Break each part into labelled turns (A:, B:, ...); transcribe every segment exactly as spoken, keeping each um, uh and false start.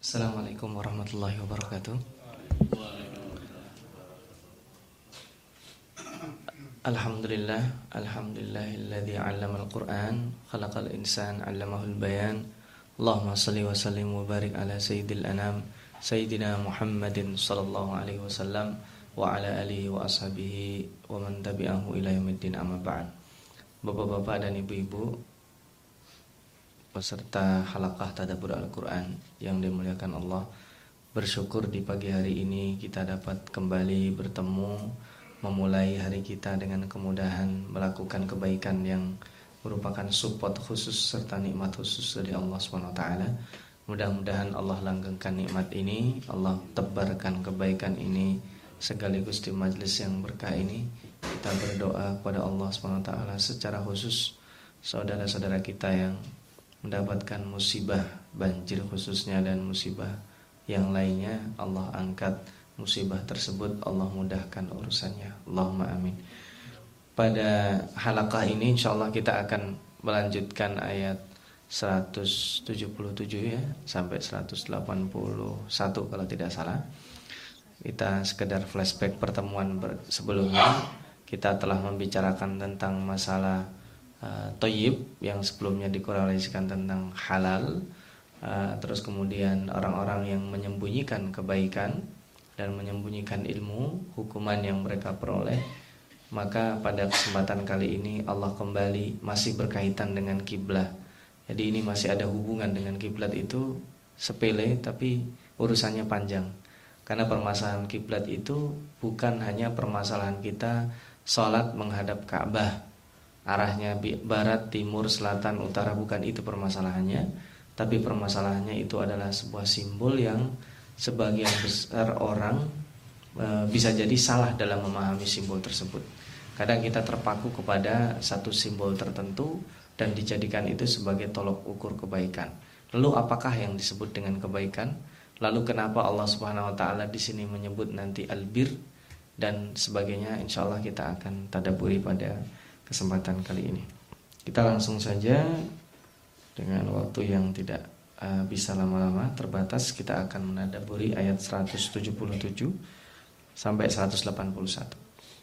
A: Assalamualaikum warahmatullahi wabarakatuh. Alhamdulillah, alhamdulillahilladzi 'allamal Qur'an, khalaqal insan, 'allamahul bayan. Allahumma shalli wa sallim wa barik ala sayyidil anam, sayyidina Muhammadin sallallahu alaihi wasallam wa ala alihi wa ashabihi wa man tabi'ahu ila yaumiddin, amma ba'd. Bapak-bapak dan ibu-ibu peserta halaqah tadabbur Al-Quran yang dimuliakan Allah, bersyukur di pagi hari ini kita dapat kembali bertemu, memulai hari kita dengan kemudahan, melakukan kebaikan yang merupakan support khusus serta nikmat khusus dari Allah subhanahu wa taala. Mudah-mudahan Allah langgengkan nikmat ini, Allah tebarkan kebaikan ini, sekaligus di majlis yang berkah ini kita berdoa kepada Allah subhanahu wa taala secara khusus saudara-saudara kita yang mendapatkan musibah banjir khususnya dan musibah yang lainnya, Allah angkat musibah tersebut, Allah mudahkan urusannya, Allahumma amin. Pada halaqah ini insyaallah kita akan melanjutkan ayat seratus tujuh puluh tujuh ya sampai seratus delapan puluh satu kalau tidak salah. Kita sekedar flashback pertemuan sebelumnya, kita telah membicarakan tentang masalah Uh, Thayyib yang sebelumnya dikorelasikan tentang halal, uh, terus kemudian orang-orang yang menyembunyikan kebaikan dan menyembunyikan ilmu, hukuman yang mereka peroleh. Maka pada kesempatan kali ini Allah kembali masih berkaitan dengan kiblat. Jadi ini masih ada hubungan dengan kiblat, itu sepele tapi urusannya panjang. Karena permasalahan kiblat itu bukan hanya permasalahan kita sholat menghadap Ka'bah, arahnya barat, timur, selatan, utara, bukan itu permasalahannya. Tapi permasalahannya itu adalah sebuah simbol yang sebagian besar orang e, bisa jadi salah dalam memahami simbol tersebut. Kadang kita terpaku kepada satu simbol tertentu dan dijadikan itu sebagai tolok ukur kebaikan. Lalu apakah yang disebut dengan kebaikan? Lalu kenapa Allah Subhanahu wa taala di sini menyebut nanti albir dan sebagainya? Insyaallah kita akan tadabburi pada kesempatan kali ini. Kita langsung saja dengan waktu yang tidak uh, bisa lama-lama, terbatas, kita akan menadabburi ayat seratus tujuh puluh tujuh sampai seratus delapan puluh satu.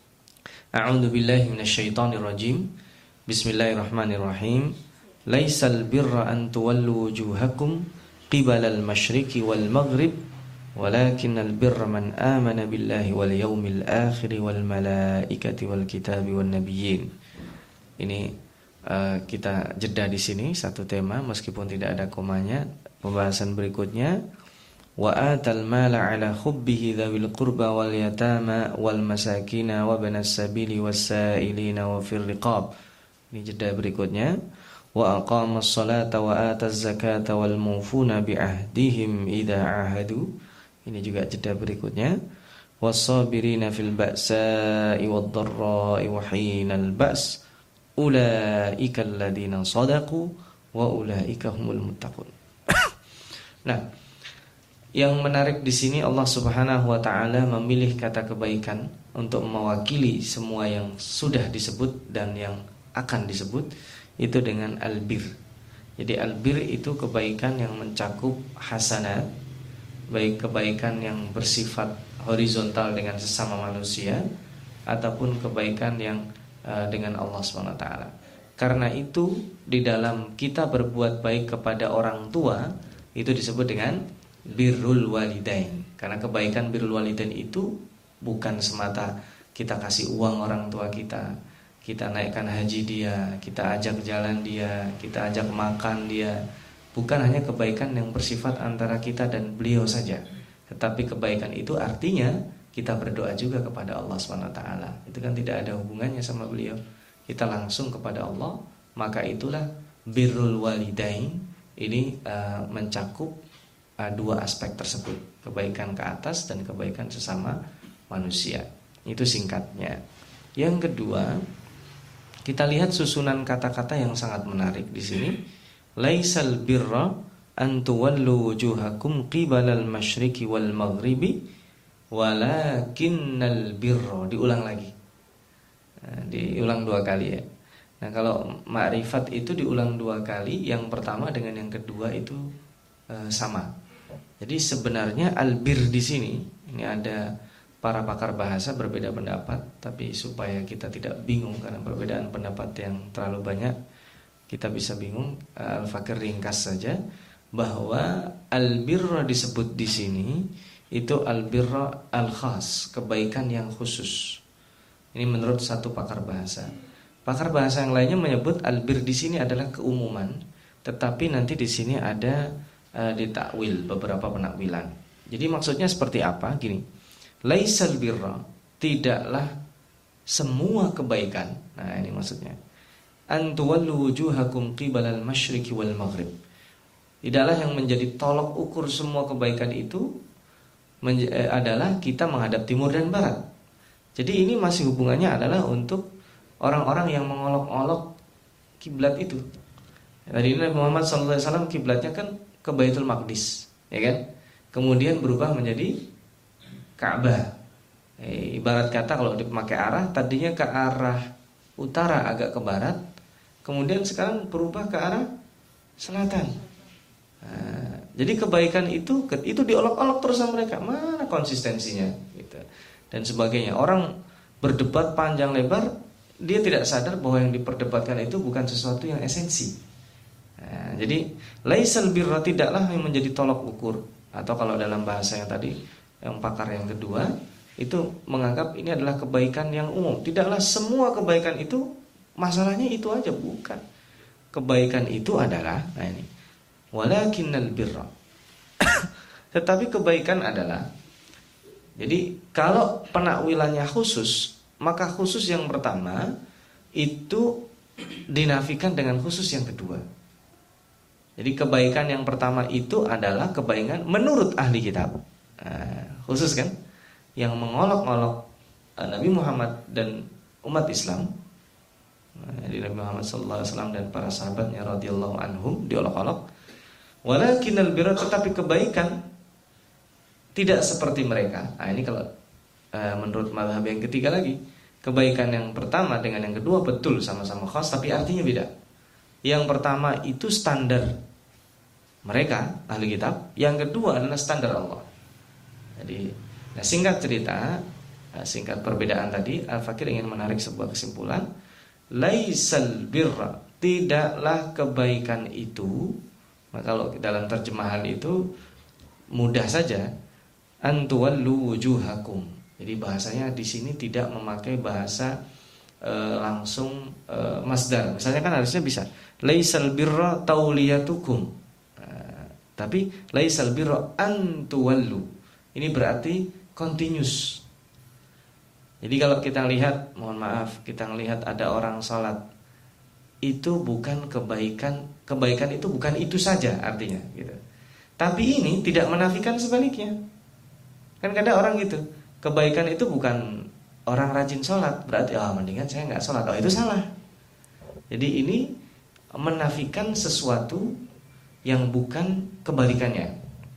A: A'udzu billahi minasyaitonir rajim. Bismillahirrahmanirrahim. Laisal birra an tuwallu wujuhakum qibalal masyriqi wal maghrib walakinnal birra man amana billahi wal yawmil akhir wal malaikati wal kitabi wan nabiyyin. Ini uh, kita jeda di sini satu tema meskipun tidak ada komanya. Pembahasan berikutnya, wa atal mala ala hubbihi dzawil qurba wal yatama wal masakina wa banas sabili was sailina wa fir riqab. Ini jeda berikutnya, wa aqamas salata wa ataz zakata wal mufuna bi ahdihim idza ahadu. Ini juga jeda berikutnya, was-sabirina fil ba'sa'i wad-dharra'i wa hinal ba's ulaika alladziina shadaqu wa ulaika humul muttaqun. Nah, yang menarik di sini Allah Subhanahu wa taala memilih kata kebaikan untuk mewakili semua yang sudah disebut dan yang akan disebut itu dengan albir. Jadi albir itu kebaikan yang mencakup hasanat, baik kebaikan yang bersifat horizontal dengan sesama manusia ataupun kebaikan yang uh, dengan Allah subhanahu wa taala. Karena itu di dalam kita berbuat baik kepada orang tua itu disebut dengan birrul walidain. Karena kebaikan birrul walidain itu bukan semata kita kasih uang orang tua kita, kita naikkan haji dia, kita ajak jalan dia, kita ajak makan dia. Bukan hanya kebaikan yang bersifat antara kita dan beliau saja, tetapi kebaikan itu artinya kita berdoa juga kepada Allah subhanahu wa taala. Itu kan tidak ada hubungannya sama beliau. Kita langsung kepada Allah. Maka itulah birrul walidain. Ini uh, mencakup uh, dua aspek tersebut, kebaikan ke atas dan kebaikan sesama manusia. Itu singkatnya. Yang kedua, kita lihat susunan kata-kata yang sangat menarik di sini. Laisal birra an tuwallu wujuhakum qibalal masyriqi wal maghribi walakinnal birra. Diulang lagi. Nah, diulang dua kali ya. Nah, kalau ma'rifat itu diulang dua kali, yang pertama dengan yang kedua itu e, sama. Jadi sebenarnya albir di sini, ini ada para pakar bahasa berbeda pendapat, tapi supaya kita tidak bingung karena perbedaan pendapat yang terlalu banyak, kita bisa bingung. Al-Fakir ringkas saja bahwa albirra disebut di sini itu albirra al-khas, kebaikan yang khusus. Ini menurut satu pakar bahasa. Pakar bahasa yang lainnya menyebut albir di sini adalah keumuman, tetapi nanti di sini ada uh, ditakwil beberapa penakwilan. Jadi maksudnya seperti apa? Gini, laisal birra, tidaklah semua kebaikan. Nah ini maksudnya. Antuwallu wujuhakum qibalal masyriqi wal maghrib. Tidaklah yang menjadi tolok ukur semua kebaikan itu menj- eh, adalah kita menghadap timur dan barat. Jadi ini masih hubungannya adalah untuk orang-orang yang mengolok-olok kiblat itu. Tadi Nabi Muhammad shallallahu alaihi wasallam kiblatnya kan ke Baitul Maqdis, ya kan? Kemudian berubah menjadi Ka'bah. Eh, ibarat kata kalau dipakai arah, tadinya ke arah utara agak ke barat, kemudian sekarang berubah ke arah selatan. Nah, jadi kebaikan itu itu diolok-olok terus sama mereka. Mana konsistensinya gitu. Dan sebagainya. Orang berdebat panjang lebar, dia tidak sadar bahwa yang diperdebatkan itu bukan sesuatu yang esensi. Nah, jadi laisal birra, tidaklah yang menjadi tolok ukur, atau kalau dalam bahasa yang tadi yang pakar yang kedua itu menganggap ini adalah kebaikan yang umum. Tidaklah semua kebaikan itu masalahnya itu aja, bukan. Kebaikan itu adalah, nah ini, walakinnal birra. Tetapi kebaikan adalah, jadi kalau penakwilannya khusus, maka khusus yang pertama itu dinafikan dengan khusus yang kedua. Jadi kebaikan yang pertama itu adalah kebaikan menurut ahli kitab. Nah, khusus kan, yang mengolok-olok Nabi Muhammad dan umat Islam. Nah, Nabi Muhammad shallallahu alaihi wasallam dan para sahabatnya radhiyallahu anhum diolok-olok. Walakinnal birra, tetapi kebaikan tidak seperti mereka. Nah ini kalau uh, menurut mazhab yang ketiga lagi, kebaikan yang pertama dengan yang kedua betul sama-sama khas, tapi artinya beda. Yang pertama itu standar mereka ahli kitab, yang kedua adalah standar Allah. Jadi, nah singkat cerita, singkat perbedaan tadi, Al-Fakir ingin menarik sebuah kesimpulan. Laisal birra, tidaklah kebaikan itu. Nah, kalau dalam terjemahan itu mudah saja, antuwallu wujuhakum. Jadi bahasanya di sini tidak memakai bahasa e, langsung e, masdar. Misalnya kan harusnya bisa laisal birra tauliyatukum. Nah, tapi laisal birra antuwallu. Ini berarti continuous. Jadi kalau kita lihat, mohon maaf, kita lihat ada orang salat, itu bukan kebaikan, kebaikan itu bukan itu saja artinya gitu. Tapi ini tidak menafikan sebaliknya. Kan kadang orang gitu, kebaikan itu bukan orang rajin sholat, berarti ah oh, mendingan saya nggak sholat. Oh itu salah. Jadi ini menafikan sesuatu yang bukan kebalikannya.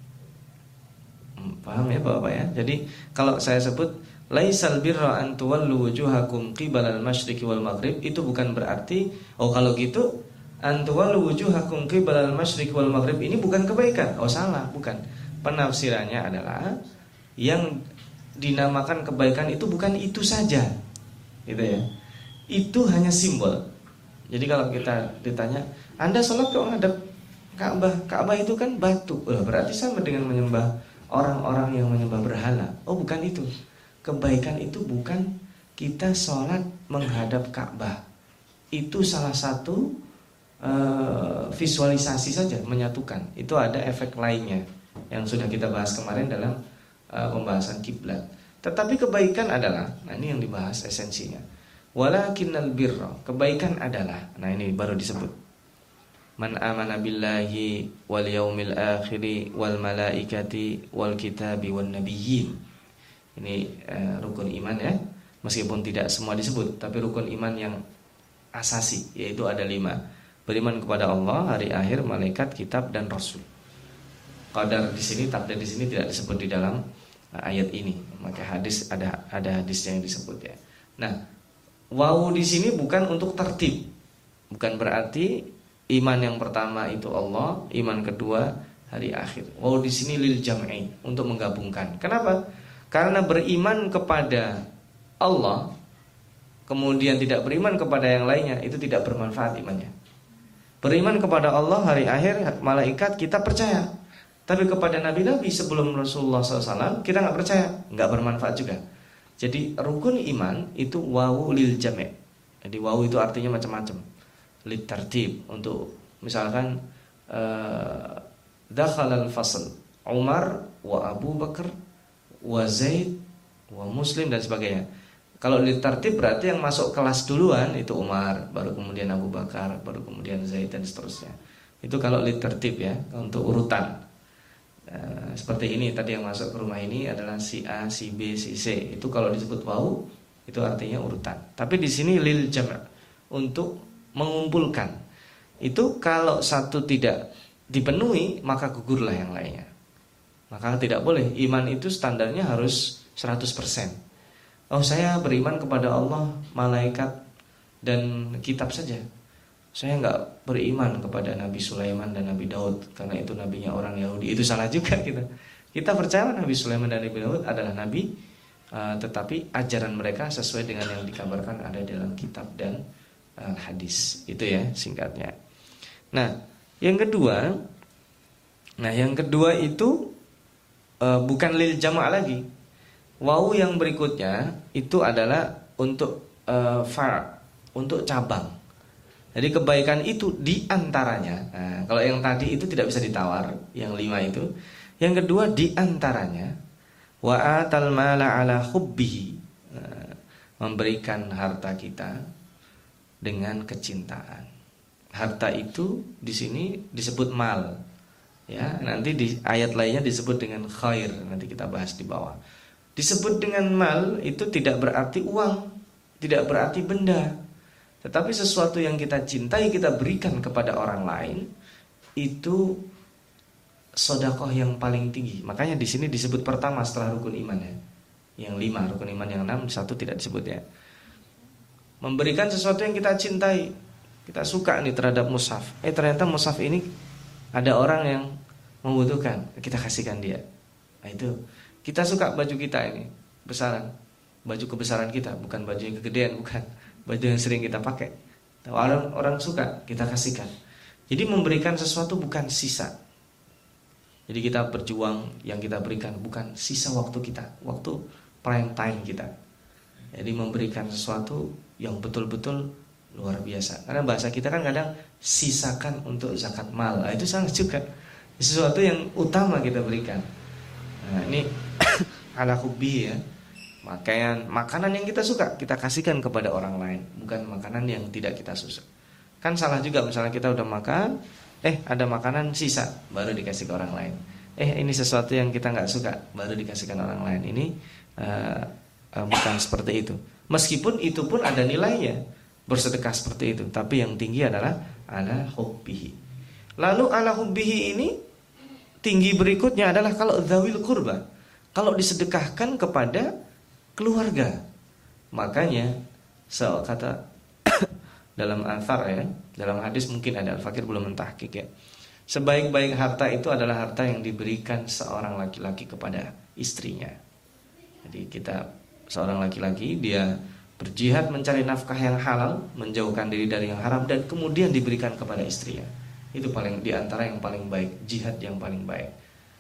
A: Paham ya Bapak ya? Jadi kalau saya sebut laisal birra an tuwallu wujuhakum qibalal masyriqi wal maghrib, itu bukan berarti oh kalau gitu an tuwallu wujuhakum qibalal masyriqi wal maghrib ini bukan kebaikan. Oh salah, bukan. Penafsirannya adalah yang dinamakan kebaikan itu bukan itu saja, gitu ya. Itu hanya simbol. Jadi kalau kita ditanya, Anda sholat kok ngadep Ka'bah? Ka'bah itu kan batu. Oh, berarti sama dengan menyembah orang-orang yang menyembah berhala. Oh bukan itu. Kebaikan itu bukan kita sholat menghadap Ka'bah. Itu salah satu uh, visualisasi saja, menyatukan. Itu ada efek lainnya yang sudah kita bahas kemarin dalam pembahasan kiblat. Tetapi kebaikan adalah, nah ini yang dibahas esensinya. Walakinnal birra, kebaikan adalah, nah ini baru disebut. Man amana billahi wal yaumil akhiri wal malaikati wal kitabi wan nabiyyin. Ini uh, rukun iman ya. Meskipun tidak semua disebut, tapi rukun iman yang asasi, yaitu ada lima. Beriman kepada Allah, hari akhir, malaikat, kitab dan rasul. Qadar di sini, takdir di sini tidak disebut di dalam ayat ini, maka hadis ada ada hadis yang disebut ya. Nah, wawu di sini bukan untuk tertib, bukan berarti iman yang pertama itu Allah, iman kedua hari akhir. Wow, di sini lil jam'i, untuk menggabungkan. Kenapa? Karena beriman kepada Allah kemudian tidak beriman kepada yang lainnya, itu tidak bermanfaat imannya. Beriman kepada Allah, hari akhir, malaikat, kita percaya. Tapi kepada nabi-nabi sebelum Rasulullah shallallahu alaihi wasallam kita nggak percaya, nggak bermanfaat juga. Jadi rukun iman itu wawu lil jami'. Jadi wawu itu artinya macam-macam. Lit tartib, untuk misalkan uh, dakhalal fasl Umar wa Abu Bakar wa Zaid wa Muslim dan sebagainya. Kalau lit tartib berarti yang masuk kelas duluan itu Umar, baru kemudian Abu Bakar, baru kemudian Zaid dan seterusnya. Itu kalau lit tartib ya, untuk urutan. Uh, seperti ini tadi yang masuk ke rumah ini adalah si A, si B, si C. Itu kalau disebut wawu itu artinya urutan. Tapi di sini lil jam', untuk mengumpulkan. Itu kalau satu tidak dipenuhi maka gugurlah yang lainnya. Maka tidak boleh, iman itu standarnya harus seratus persen. Oh, saya beriman kepada Allah, malaikat, dan kitab saja. Saya nggak beriman kepada Nabi Sulaiman dan Nabi Daud karena itu nabinya orang Yahudi. Itu salah juga kita. Kita percaya Nabi Sulaiman dan Nabi Daud adalah nabi, uh, tetapi ajaran mereka sesuai dengan yang dikabarkan ada dalam kitab dan uh, hadis. Itu ya singkatnya. Nah, yang kedua, nah yang kedua itu uh, bukan lil jama' lagi. Wawu yang berikutnya itu adalah untuk uh, far, untuk cabang. Jadi kebaikan itu diantaranya. Nah, kalau yang tadi itu tidak bisa ditawar, yang lima itu. Yang kedua diantaranya, wa atal mala ala hubbihi, nah, memberikan harta kita dengan kecintaan. Harta itu di sini disebut mal. Ya, nanti di ayat lainnya disebut dengan khair. Nanti kita bahas di bawah. Disebut dengan mal itu tidak berarti uang, tidak berarti benda, tetapi sesuatu yang kita cintai kita berikan kepada orang lain, itu sedekah yang paling tinggi. Makanya di sini disebut pertama setelah rukun iman ya. Yang lima, rukun iman yang enam, satu tidak disebut ya. Memberikan sesuatu yang kita cintai, kita suka nih terhadap mushaf. Eh ternyata mushaf ini ada orang yang membutuhkan, kita kasihkan dia. Nah itu. Kita suka baju kita ini besaran, baju kebesaran kita, bukan baju yang kegedean, bukan baju yang sering kita pakai. Orang orang suka kita kasihkan. Jadi memberikan sesuatu bukan sisa. Jadi kita berjuang, yang kita berikan bukan sisa waktu kita, waktu prime time kita. Jadi memberikan sesuatu yang betul-betul luar biasa. Karena bahasa kita kan kadang sisakan untuk zakat mal. Nah, itu sangat juga sesuatu yang utama kita berikan. Nah, ini ala hubbi ya. Makanan, makanan yang kita suka kita kasihkan kepada orang lain, bukan makanan yang tidak kita suka. Kan salah juga misalnya kita udah makan, eh ada makanan sisa baru dikasih ke orang lain. Eh ini sesuatu yang kita nggak suka baru dikasihkan orang lain. Ini uh, uh, bukan seperti itu. Meskipun itu pun ada nilainya, bersedekah seperti itu, tapi yang tinggi adalah ala hubbihi. Lalu ala hubbihi ini tinggi berikutnya adalah kalau dzawil qurba, kalau disedekahkan kepada keluarga. Makanya so, kata dalam athar ya, dalam hadis mungkin ada, Al-Fakir belum mentahqiq ya. Sebaik-baik harta itu adalah harta yang diberikan seorang laki-laki kepada istrinya. Jadi kita seorang laki-laki dia berjihad mencari nafkah yang halal, menjauhkan diri dari yang haram, dan kemudian diberikan kepada istrinya. Itu paling diantara yang paling baik, jihad yang paling baik.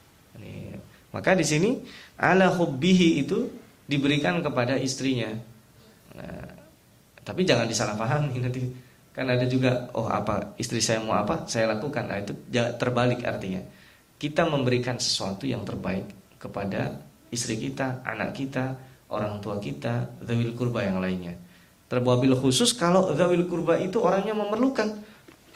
A: Ini, maka di sini ala hubbihi itu diberikan kepada istrinya. Nah, tapi jangan disalahpahami nanti. Kan ada juga, oh apa istri saya mau apa saya lakukan. Nah itu terbalik artinya. Kita memberikan sesuatu yang terbaik kepada istri kita, anak kita, orang tua kita, dzawil qurba yang lainnya. Terwabil khusus kalau dzawil qurba itu orangnya memerlukan.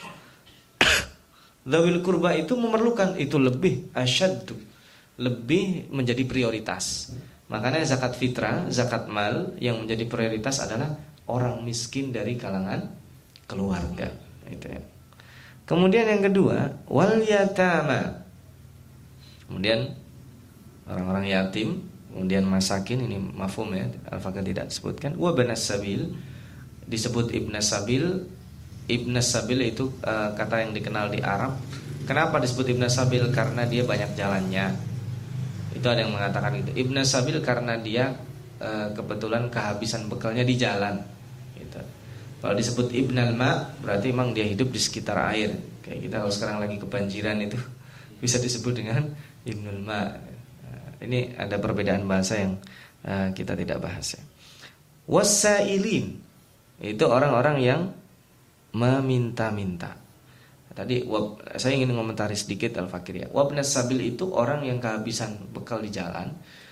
A: Dzawil qurba itu memerlukan, itu lebih asyaddu, lebih menjadi prioritas. Makanya zakat fitrah, zakat mal yang menjadi prioritas adalah orang miskin dari kalangan keluarga. Itu ya. Kemudian yang kedua, wal yatama. Kemudian orang-orang yatim, kemudian masakin, ini mafhum ya, Al-Fakir tidak disebutkan. Wa banas sabil, disebut ibnas sabil. Ibnas sabil itu uh, kata yang dikenal di Arab Kenapa disebut Ibn Sabil? Karena dia banyak jalannya. Itu ada yang mengatakan itu. Ibn Sabil karena dia e, kebetulan kehabisan bekalnya di jalan gitu. Kalau disebut Ibn al-Ma berarti memang dia hidup di sekitar air. Kayak kita kalau sekarang lagi kebanjiran itu bisa disebut dengan Ibn al-Ma. Ini ada perbedaan bahasa yang e, kita tidak bahas ya. Wasailin itu orang-orang yang meminta-minta. Tadi wab, saya ingin mengomentari sedikit Al-Fakir ya. Wabnas sabil itu orang yang kehabisan bekal di jalan.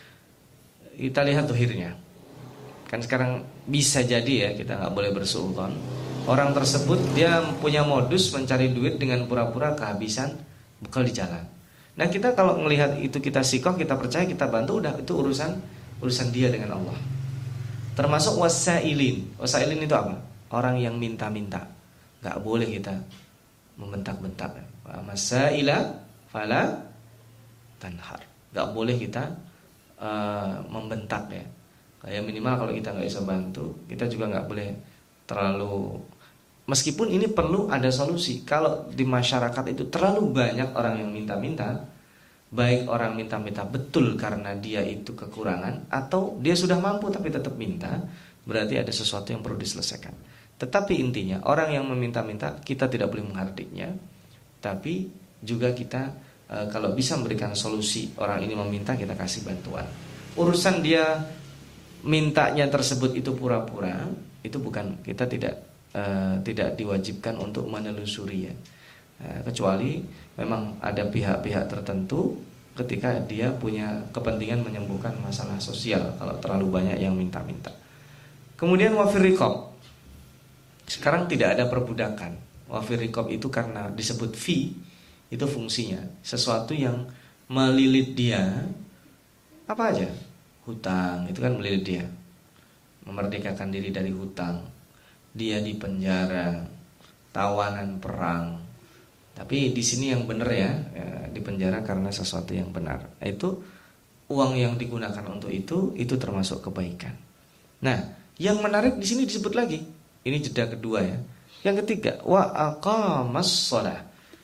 A: Kita lihat tuhirnya. Kan sekarang bisa jadi ya, kita nggak boleh bersuudzon. Orang tersebut dia punya modus mencari duit dengan pura-pura kehabisan bekal di jalan. Nah kita kalau melihat itu kita sikoh, kita percaya, kita bantu, udah itu urusan urusan dia dengan Allah. Termasuk wasailin. Wasailin itu apa? Orang yang minta-minta. Nggak boleh kita membentak-bentak. Masaila fala tanhar. Gak boleh kita uh, membentak ya. Kayak minimal kalau kita nggak bisa bantu, kita juga nggak boleh terlalu. Meskipun ini perlu ada solusi. Kalau di masyarakat itu terlalu banyak orang yang minta-minta, baik orang minta-minta betul karena dia itu kekurangan, atau dia sudah mampu tapi tetap minta, berarti ada sesuatu yang perlu diselesaikan. Tetapi intinya orang yang meminta-minta kita tidak boleh menghardiknya, tapi juga kita e, kalau bisa memberikan solusi, orang ini meminta kita kasih bantuan. Urusan dia mintanya tersebut itu pura-pura, itu bukan, kita tidak e, tidak diwajibkan untuk menelusuri ya. E, kecuali memang ada pihak-pihak tertentu ketika dia punya kepentingan menyembuhkan masalah sosial, kalau terlalu banyak yang minta-minta. Kemudian wafir riqab. Sekarang tidak ada perbudakan. Wafir riqab itu karena disebut fi, itu fungsinya sesuatu yang melilit dia. Apa aja? Hutang, itu kan melilit dia. Memerdekakan diri dari hutang. Dia di penjara, tawanan perang. Tapi di sini yang benar ya, ya di penjara karena sesuatu yang benar. Itu uang yang digunakan untuk itu, itu termasuk kebaikan. Nah, yang menarik di sini disebut lagi. Ini jeda kedua ya. Yang ketiga, wa aqamas shalah.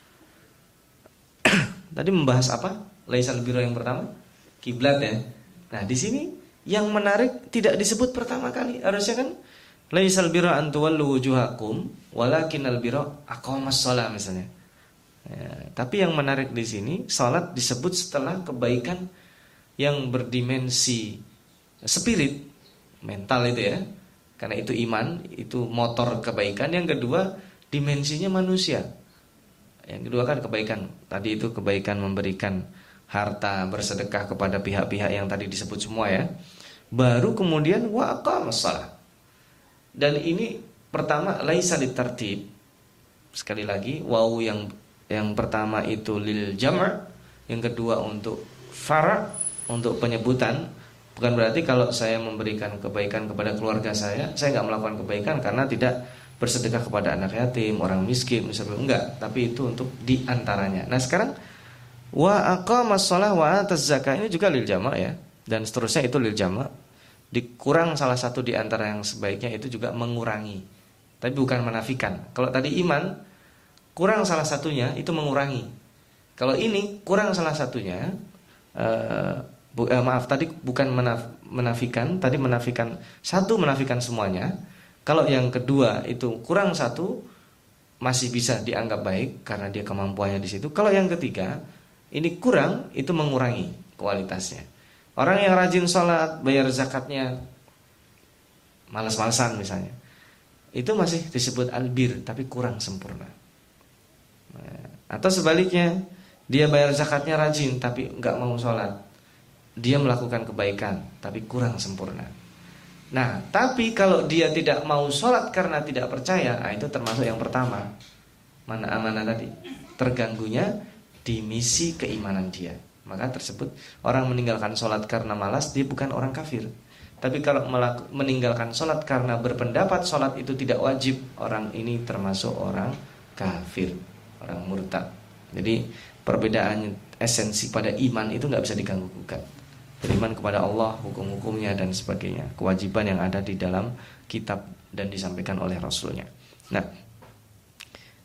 A: Tadi membahas apa? Laisal birra yang pertama, kiblat ya. Nah, di sini yang menarik tidak disebut pertama kali. Harusnya kan laisal birra an tuwallu wujuhakum, walakinal birra aqamas shalah misalnya. Ya, tapi yang menarik di sini, salat disebut setelah kebaikan yang berdimensi spirit, mental itu ya. Karena itu iman, itu motor kebaikan. Yang kedua, dimensinya manusia. Yang kedua kan kebaikan. Tadi itu kebaikan memberikan harta, bersedekah kepada pihak-pihak yang tadi disebut semua ya. Baru kemudian wa aqamas shalah. Dan ini pertama laisa litartib. Sekali lagi, wawu yang yang pertama itu lil jam', yang kedua untuk fara', untuk penyebutan. Bukan berarti kalau saya memberikan kebaikan kepada keluarga saya, saya nggak melakukan kebaikan karena tidak bersedekah kepada anak yatim, orang miskin, misalnya enggak. Tapi itu untuk diantaranya. Nah sekarang wa aqamas shalah wa ataz zakah ini juga lil jama' ya, dan seterusnya itu lil jama'. Dikurang salah satu di antara yang sebaiknya itu juga mengurangi, tapi bukan menafikan. Kalau tadi iman kurang salah satunya itu mengurangi. Kalau ini kurang salah satunya. Uh, Bu, eh, maaf tadi bukan menaf, menafikan, tadi menafikan satu, menafikan semuanya. Kalau yang kedua itu kurang satu, masih bisa dianggap baik karena dia kemampuannya di situ. Kalau yang ketiga ini kurang, itu mengurangi kualitasnya. Orang yang rajin sholat, bayar zakatnya malas-malasan misalnya, itu masih disebut albir tapi kurang sempurna. Atau sebaliknya, dia bayar zakatnya rajin tapi nggak mau sholat, dia melakukan kebaikan tapi kurang sempurna. Nah, tapi kalau dia tidak mau sholat karena tidak percaya, nah itu termasuk yang pertama. Mana amanah tadi? Terganggunya di misi keimanan dia. Maka tersebut orang meninggalkan sholat karena malas, dia bukan orang kafir. Tapi kalau meninggalkan sholat karena berpendapat sholat itu tidak wajib, orang ini termasuk orang kafir, orang murtad. Jadi perbedaan esensi pada iman itu nggak bisa diganggu gugat. Beriman kepada Allah, hukum-hukumnya dan sebagainya, kewajiban yang ada di dalam kitab dan disampaikan oleh Rasulnya. Nah,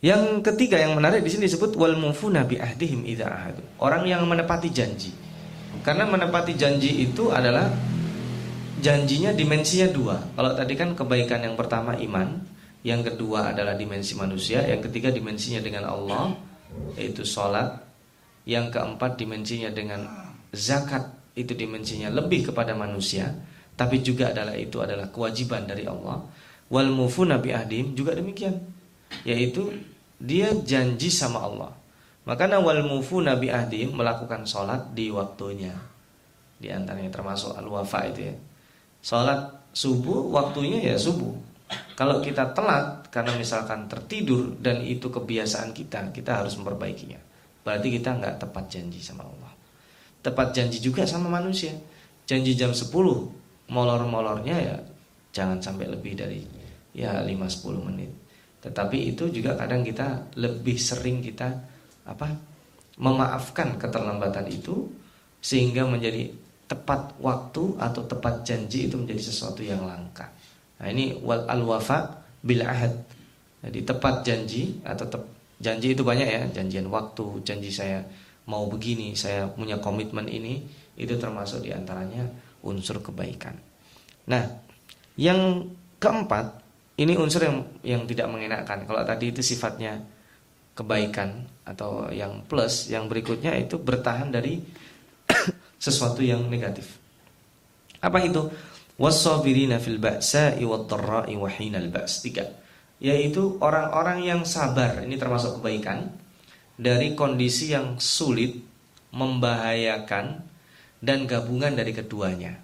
A: Yang ketiga yang menarik di sini disebut wal mufuna bi ahdihim idza ahadu. Orang yang menepati janji. Karena menepati janji itu adalah janjinya dimensinya dua. Kalau tadi kan kebaikan yang pertama iman, yang kedua adalah dimensi manusia, yang ketiga dimensinya dengan Allah, yaitu sholat, yang keempat dimensinya dengan zakat, itu dimensinya lebih kepada manusia, tapi juga adalah itu adalah kewajiban dari Allah. Wal mufuna bi ahdihim juga demikian, yaitu dia janji sama Allah. Makanya wal mufuna bi ahdihim melakukan sholat di waktunya. Di antaranya termasuk al-wafa itu ya. Sholat subuh waktunya ya subuh. Kalau kita telat karena misalkan tertidur dan itu kebiasaan kita, kita harus memperbaikinya. Berarti kita nggak tepat janji sama Allah. Tepat janji juga sama manusia. Janji jam sepuluh, molor-molornya ya jangan sampai lebih dari ya lima sampai sepuluh menit. Tetapi itu juga kadang kita lebih sering kita apa? memaafkan keterlambatan itu sehingga menjadi tepat waktu atau tepat janji itu menjadi sesuatu yang langka. Nah, ini wal al-wafa bil ahad. Jadi tepat janji atau tep, janji itu banyak ya, janjian waktu, janji saya mau begini, saya punya komitmen ini, itu termasuk diantaranya unsur kebaikan. Nah, yang keempat, ini unsur yang yang tidak mengenakan. Kalau tadi itu sifatnya kebaikan atau yang plus, yang berikutnya itu bertahan dari sesuatu yang negatif. Apa itu? Was-sabirina fil ba'sa'i wad-dharra'i wa hinal ba's. Tiga. Yaitu orang-orang yang sabar, ini termasuk kebaikan, dari kondisi yang sulit, membahayakan, dan gabungan dari keduanya.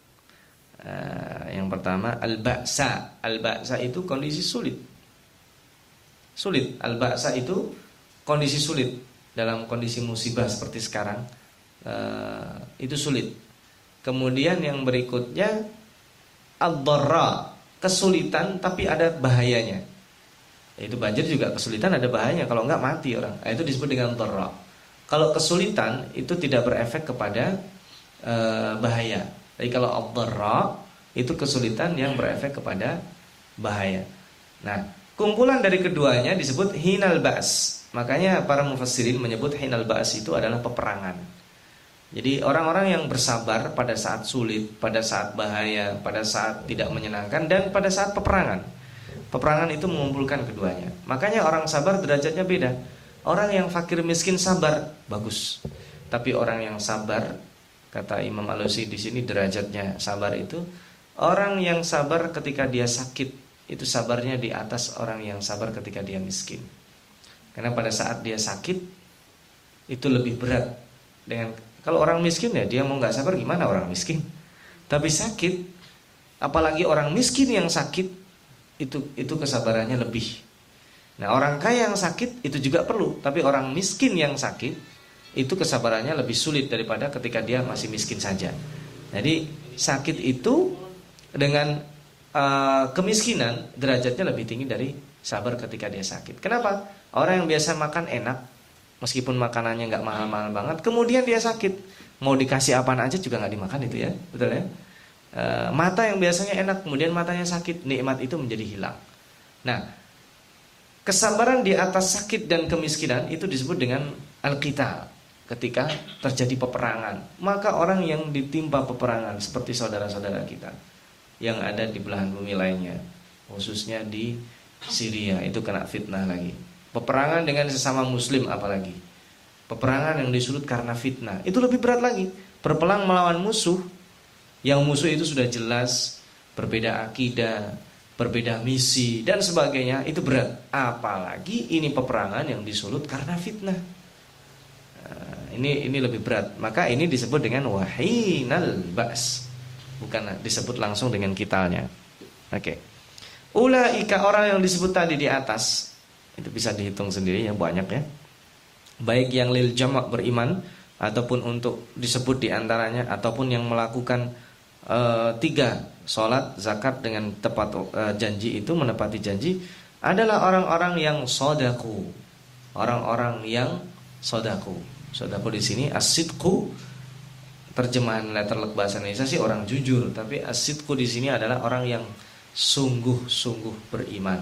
A: Uh, yang pertama al-ba'sa. Al-ba'sa itu kondisi sulit. Sulit. Al-ba'sa itu kondisi sulit. Dalam kondisi musibah seperti sekarang, uh, itu sulit. Kemudian yang berikutnya ad-dharra, kesulitan tapi ada bahayanya. Itu banjir juga kesulitan ada bahayanya, kalau enggak mati orang. Nah, itu disebut dengan dharra. Kalau kesulitan itu tidak berefek kepada e, bahaya. Jadi kalau ad-dharra itu kesulitan yang berefek kepada bahaya. Nah, kumpulan dari keduanya disebut hinal ba's. Makanya para mufassirin menyebut hinal ba's itu adalah peperangan. Jadi orang-orang yang bersabar pada saat sulit, pada saat bahaya, pada saat tidak menyenangkan, dan pada saat peperangan. Peperangan itu mengumpulkan keduanya. Makanya orang sabar derajatnya beda. Orang yang fakir miskin sabar, bagus. Tapi orang yang sabar, kata Imam Alusi di sini derajatnya sabar itu, orang yang sabar ketika dia sakit, itu sabarnya di atas orang yang sabar ketika dia miskin. Karena pada saat dia sakit, itu lebih berat dengan. Kalau orang miskin ya dia mau nggak sabar gimana orang miskin. Tapi sakit, apalagi orang miskin yang sakit, itu itu kesabarannya lebih. Nah orang kaya yang sakit itu juga perlu, tapi orang miskin yang sakit itu kesabarannya lebih sulit daripada ketika dia masih miskin saja. Jadi sakit itu dengan uh, kemiskinan derajatnya lebih tinggi dari sabar ketika dia sakit. Kenapa? Orang yang biasa makan enak, meskipun makanannya nggak mahal-mahal banget, kemudian dia sakit, mau dikasih apaan aja juga nggak dimakan itu ya, betul ya. E, mata yang biasanya enak, kemudian matanya sakit, nikmat itu menjadi hilang. Nah, kesabaran di atas sakit dan kemiskinan itu disebut dengan al-qital. Ketika terjadi peperangan, maka orang yang ditimpa peperangan seperti saudara-saudara kita yang ada di belahan bumi lainnya, khususnya di Syria, itu kena fitnah lagi. Peperangan dengan sesama muslim apalagi. Peperangan yang disulut karena fitnah, itu lebih berat lagi. Berperang melawan musuh, yang musuh itu sudah jelas berbeda akidah, berbeda misi dan sebagainya, itu berat. Apalagi ini peperangan yang disulut karena fitnah. Nah, ini ini lebih berat. Maka ini disebut dengan wahinal ba's, bukan disebut langsung dengan kitalnya. Oke. Ulaika, orang yang disebut tadi di atas, itu bisa dihitung sendiri ya, banyak ya. Baik yang lil jamak beriman, ataupun untuk disebut diantaranya, ataupun yang melakukan uh, tiga, sholat, zakat dengan tepat uh, janji itu, menepati janji, adalah orang-orang yang sodaku. Orang-orang yang sodaku. Sodaku di sini as-sidqu, terjemahan letterlek bahasa Indonesia sih orang jujur, tapi as-sidqu di sini adalah orang yang sungguh-sungguh beriman.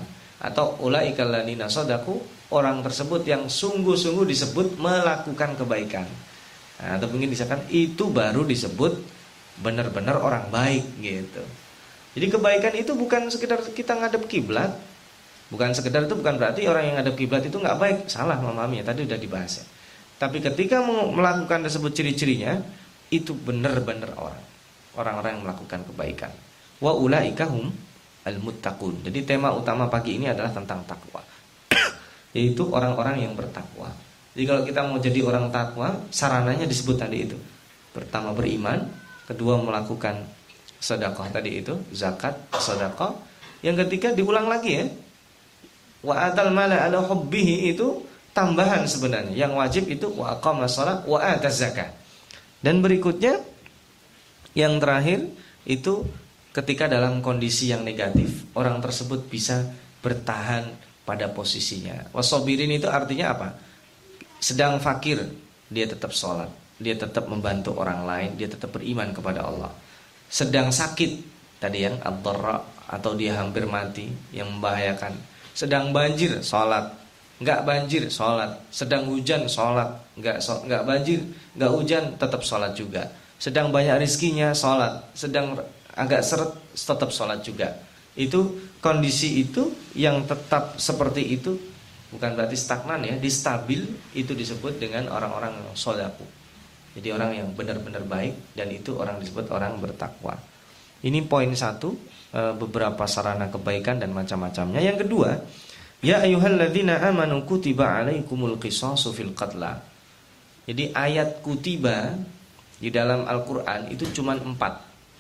A: Atau ulaikal ladzina shadaku, orang tersebut yang sungguh-sungguh disebut melakukan kebaikan. Nah, atau mungkin disebutkan itu baru disebut benar-benar orang baik gitu. Jadi kebaikan itu bukan sekedar kita ngadep kiblat. Bukan sekedar itu bukan berarti orang yang ngadep kiblat itu nggak baik. Salah memahami ya, tadi udah dibahas ya. Tapi ketika mau melakukan tersebut ciri-cirinya, itu benar-benar orang. Orang-orang yang melakukan kebaikan. Wa ulaika hum al-muttaqun. Jadi tema utama pagi ini adalah tentang takwa. Yaitu orang-orang yang bertakwa. Jadi kalau kita mau jadi orang takwa, sarananya disebut tadi itu. Pertama beriman, kedua melakukan sedekah tadi itu, zakat, sedekah. Yang ketiga diulang lagi ya. Wa atal mala ala hubbihi, itu tambahan sebenarnya. Yang wajib itu wa aqama shalah wa ataz zakah. Dan berikutnya yang terakhir itu ketika dalam kondisi yang negatif, orang tersebut bisa bertahan pada posisinya. Wasobirin itu artinya apa? Sedang fakir, dia tetap sholat, dia tetap membantu orang lain, dia tetap beriman kepada Allah. Sedang sakit, tadi yang ad-dharra, atau dia hampir mati, yang membahayakan. Sedang banjir, sholat. Enggak banjir, sholat. Sedang hujan, sholat. Enggak, enggak banjir, enggak hujan, tetap sholat juga. Sedang banyak rizkinya, sholat. Sedang agak seret, tetap sholat juga. Itu kondisi itu yang tetap seperti itu, bukan berarti stagnan ya, distabil, itu disebut dengan orang-orang yang sholaku. Jadi orang yang benar-benar baik, dan itu orang disebut orang bertakwa. Ini poin satu, beberapa sarana kebaikan dan macam-macamnya. Yang kedua, ya ayyuhalladzina amanu kutiba alaikumul qisasu fil qatla. Jadi ayat kutiba di dalam Al-Quran itu cuma empat.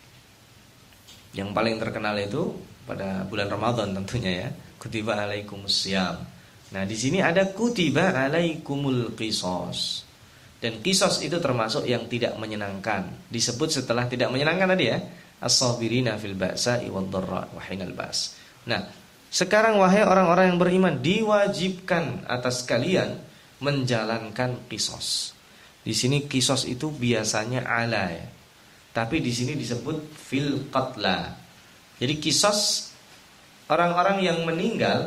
A: Yang paling terkenal itu pada bulan Ramadan tentunya ya, kutiba alaikumusiyam. Nah di sini ada kutiba alaikumul qisas. Dan qisas itu termasuk yang tidak menyenangkan. Disebut setelah tidak menyenangkan tadi ya, as-sabirina fil ba'sa'i wad-dharra wa hinal ba's. Nah sekarang wahai orang-orang yang beriman, diwajibkan atas kalian menjalankan qisas. Di sini qisas itu biasanya ala ya. Tapi di sini disebut fil qatla. Jadi qisas orang-orang yang meninggal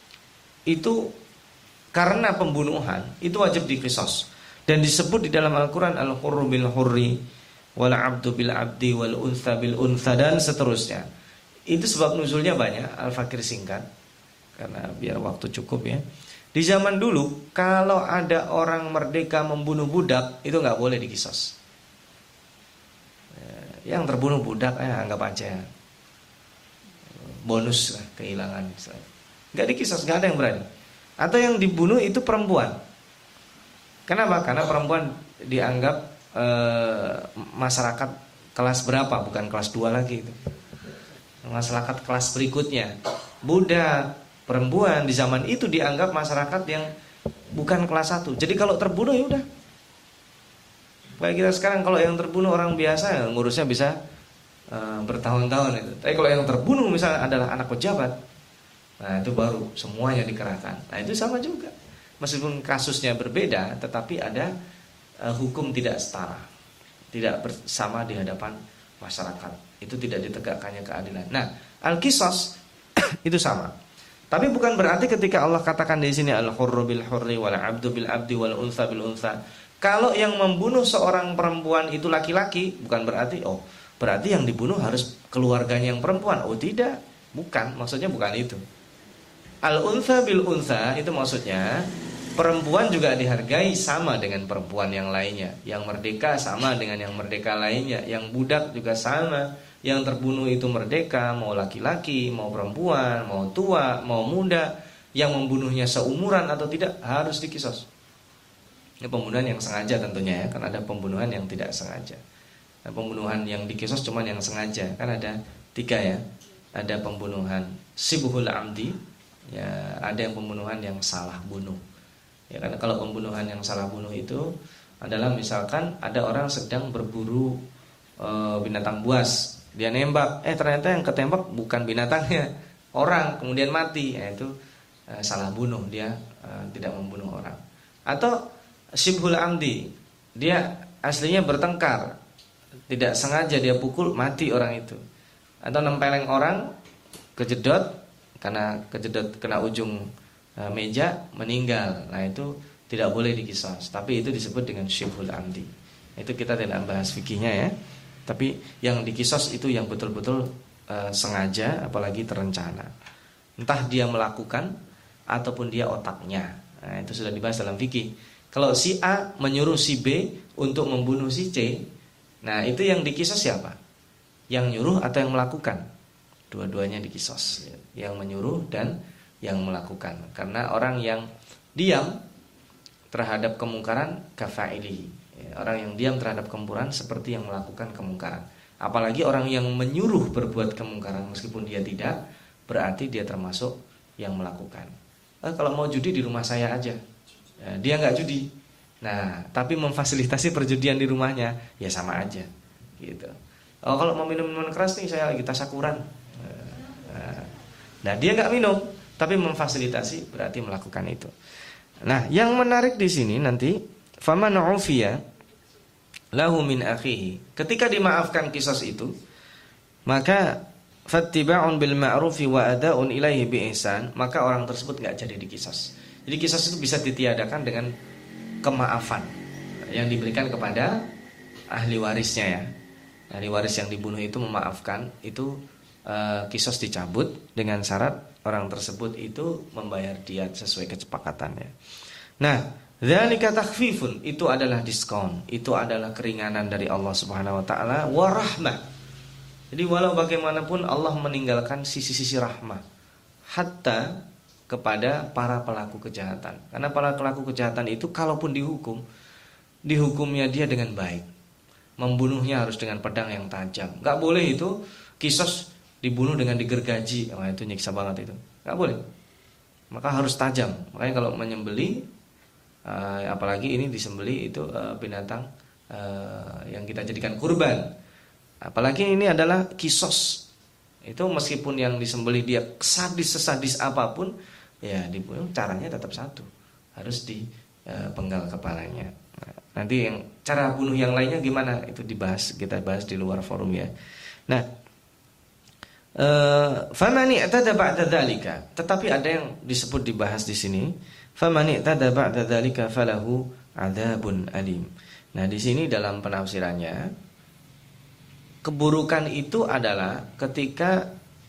A: itu karena pembunuhan itu wajib diqisas. Dan disebut di dalam Al-Quran al-hurru bil hurri wal abdu bil abdi wal untha bil untha dan seterusnya. Itu sebab nuzulnya banyak, al-fakir singkat karena biar waktu cukup ya. Di zaman dulu kalau ada orang merdeka membunuh budak itu nggak boleh diqisas. Yang terbunuh budak, eh anggap aja bonus lah, kehilangan misalnya. Nggak diqisas, nggak ada yang berani. Atau yang dibunuh itu perempuan. Kenapa? Karena perempuan dianggap e, masyarakat kelas berapa, bukan kelas dua lagi itu. Masyarakat kelas berikutnya. Budak, perempuan di zaman itu dianggap masyarakat yang bukan kelas satu. Jadi kalau terbunuh ya udah. Kayak kita sekarang kalau yang terbunuh orang biasa ya, ngurusnya bisa uh, bertahun-tahun itu. Tapi kalau yang terbunuh misalnya adalah anak pejabat, nah itu baru semuanya dikerahkan. Nah itu sama juga. Meskipun kasusnya berbeda, tetapi ada uh, hukum tidak setara, tidak bersama di hadapan masyarakat. Itu tidak ditegakkannya keadilan. Nah al-qisas itu sama. Tapi bukan berarti ketika Allah katakan di sini al-hurru bil hurri wal abdu bil abdi wal untha bil untha, kalau yang membunuh seorang perempuan itu laki-laki, bukan berarti oh berarti yang dibunuh harus keluarganya yang perempuan. Oh tidak, bukan, maksudnya bukan itu. Al-untha bil untha itu maksudnya perempuan juga dihargai sama dengan perempuan yang lainnya. Yang merdeka sama dengan yang merdeka lainnya. Yang budak juga sama. Yang terbunuh itu merdeka, mau laki-laki, mau perempuan, mau tua, mau muda. Yang membunuhnya seumuran atau tidak harus diqisas. Ini pembunuhan yang sengaja tentunya ya, kan ada pembunuhan yang tidak sengaja. Nah, pembunuhan yang diqisas cuma yang sengaja, kan ada tiga ya. Ada pembunuhan sibhul amdi, ya ada yang pembunuhan yang salah bunuh. Ya karena kalau pembunuhan yang salah bunuh itu adalah misalkan ada orang sedang berburu e, binatang buas, dia nembak, eh ternyata yang ketembak bukan binatangnya, orang, kemudian mati, ya itu e, salah bunuh, dia e, tidak membunuh orang. Atau Syibhul amdi, dia aslinya bertengkar, tidak sengaja dia pukul, mati orang itu. Atau nempeleng orang, kejedot, karena kejedot kena ujung e, meja meninggal. Nah itu tidak boleh dikisos, tapi itu disebut dengan syibhul amdi. Itu kita tidak bahas fikihnya ya. Tapi yang dikisos itu yang betul-betul e, sengaja, apalagi terencana. Entah dia melakukan ataupun dia otaknya. Nah itu sudah dibahas dalam fikih. Kalau si A menyuruh si B untuk membunuh si C, nah itu yang dikisos siapa? Yang nyuruh atau yang melakukan? Dua-duanya dikisos, yang menyuruh dan yang melakukan. Karena orang yang diam terhadap kemungkaran kafa'ili, orang yang diam terhadap kemungkaran seperti yang melakukan kemungkaran. Apalagi orang yang menyuruh berbuat kemungkaran meskipun dia tidak, berarti dia termasuk yang melakukan. Eh, kalau mau judi di rumah saya aja, ya, dia nggak judi. Nah, tapi memfasilitasi perjudian di rumahnya, ya sama aja, gitu. Oh, kalau mau minum minuman keras nih, saya lagi tasakuran. Nah dia nggak minum, tapi memfasilitasi, berarti melakukan itu. Nah yang menarik di sini nanti, faman ufiya lahu min akhihi, ketika dimaafkan kisos itu, maka fattiba'un bil ma'rufi wa ada'un ilaihi bi ihsan, maka orang tersebut nggak jadi dikisos. Jadi kisos itu bisa ditiadakan dengan kemaafan yang diberikan kepada ahli warisnya ya. Ahli waris yang dibunuh itu memaafkan, itu Uh, kisos dicabut dengan syarat orang tersebut itu membayar diat sesuai kesepakatannya. Nah, dzalika takhfifun, itu adalah diskon, itu adalah keringanan dari Allah Subhanahu wa taala, wa rahmah. Jadi walau bagaimanapun Allah meninggalkan sisi-sisi rahmah hatta kepada para pelaku kejahatan. Karena para pelaku kejahatan itu kalaupun dihukum, dihukumnya dia dengan baik. Membunuhnya harus dengan pedang yang tajam. Enggak boleh itu kisos dibunuh dengan digergaji. Wah itu nyiksa banget itu, nggak boleh. Maka harus tajam. Makanya kalau menyembeli, uh, apalagi ini disembeli itu uh, binatang uh, yang kita jadikan kurban. Apalagi ini adalah kisos. Itu meskipun yang disembeli dia sadis sesadis apapun, ya dibunuh caranya tetap satu, harus dipenggal uh, kepalanya. Nah, nanti yang cara bunuh yang lainnya gimana itu dibahas, kita bahas di luar forum ya. Nah. Famani i'tada ba'da dzalika, tetapi ada yang disebut dibahas di sini, famani i'tada ba'da dzalika falahu adzabun alim. Nah, di sini dalam penafsirannya, keburukan itu adalah ketika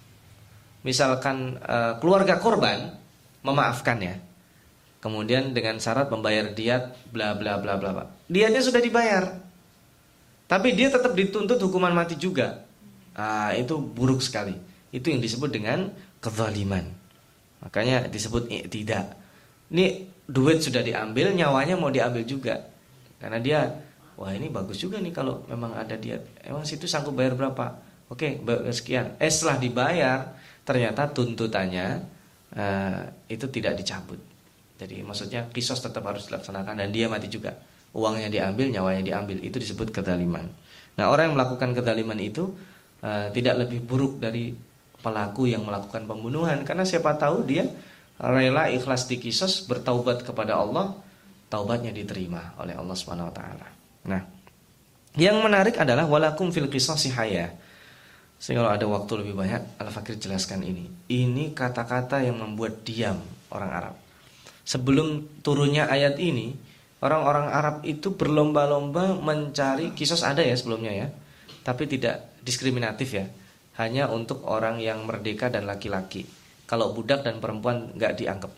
A: misalkan uh, keluarga korban memaafkan ya. Kemudian dengan syarat membayar diat bla bla bla bla. Diatnya sudah dibayar. Tapi dia tetap dituntut hukuman mati juga. Ah, itu buruk sekali. Itu yang disebut dengan kezaliman. Makanya disebut i'tida. Ini duit sudah diambil, nyawanya mau diambil juga. Karena dia, wah ini bagus juga nih kalau memang ada diat. Emang situ sanggup bayar berapa? Oke, sekian. Eh setelah dibayar, ternyata tuntutannya uh, itu tidak dicabut. Jadi maksudnya kisos tetap harus dilaksanakan dan dia mati juga. Uangnya diambil, nyawanya diambil. Itu disebut kezaliman. Nah orang yang melakukan kezaliman itu Uh, tidak lebih buruk dari pelaku yang melakukan pembunuhan, karena siapa tahu dia rela ikhlas dikisos, bertaubat kepada Allah, taubatnya diterima oleh Allah Subhanahu wa taala. Nah, yang menarik adalah walakum fil qisasi haya. Sehingga kalau ada waktu lebih banyak, Al-Fakir jelaskan ini. Ini kata-kata yang membuat diam orang Arab. Sebelum turunnya ayat ini, orang-orang Arab itu berlomba-lomba mencari kisos, ada ya sebelumnya ya, tapi tidak diskriminatif ya, hanya untuk orang yang merdeka dan laki-laki. Kalau budak dan perempuan nggak dianggap.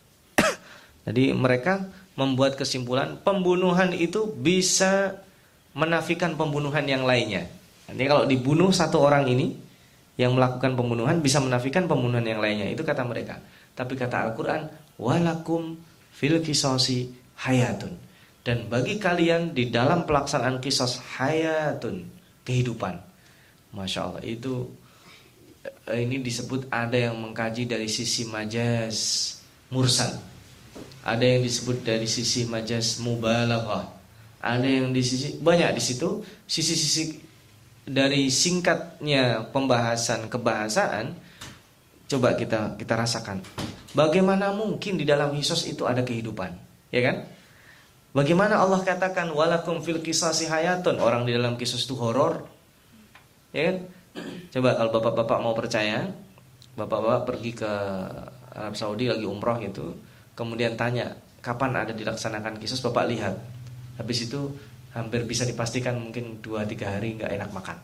A: Jadi mereka membuat kesimpulan pembunuhan itu bisa menafikan pembunuhan yang lainnya. Nanti kalau dibunuh satu orang ini yang melakukan pembunuhan bisa menafikan pembunuhan yang lainnya, itu kata mereka. Tapi kata Al-Quran, walakum fil qisasi hayatun, dan bagi kalian di dalam pelaksanaan qisas hayatun, kehidupan. Masya Allah, itu ini disebut ada yang mengkaji dari sisi majaz mursal, ada yang disebut dari sisi majaz mubalaghah, ada yang di sisi banyak di situ sisi-sisi dari singkatnya pembahasan kebahasaan. Coba kita kita rasakan, bagaimana mungkin di dalam kisos itu ada kehidupan, ya kan? Bagaimana Allah katakan walakum fil qisasi hayatun, orang di dalam kisos itu horor. Ya kan? Coba kalau bapak-bapak mau percaya, bapak-bapak pergi ke Arab Saudi lagi umroh gitu, kemudian tanya kapan ada dilaksanakan kisos, bapak lihat, habis itu hampir bisa dipastikan mungkin dua tiga hari nggak enak makan.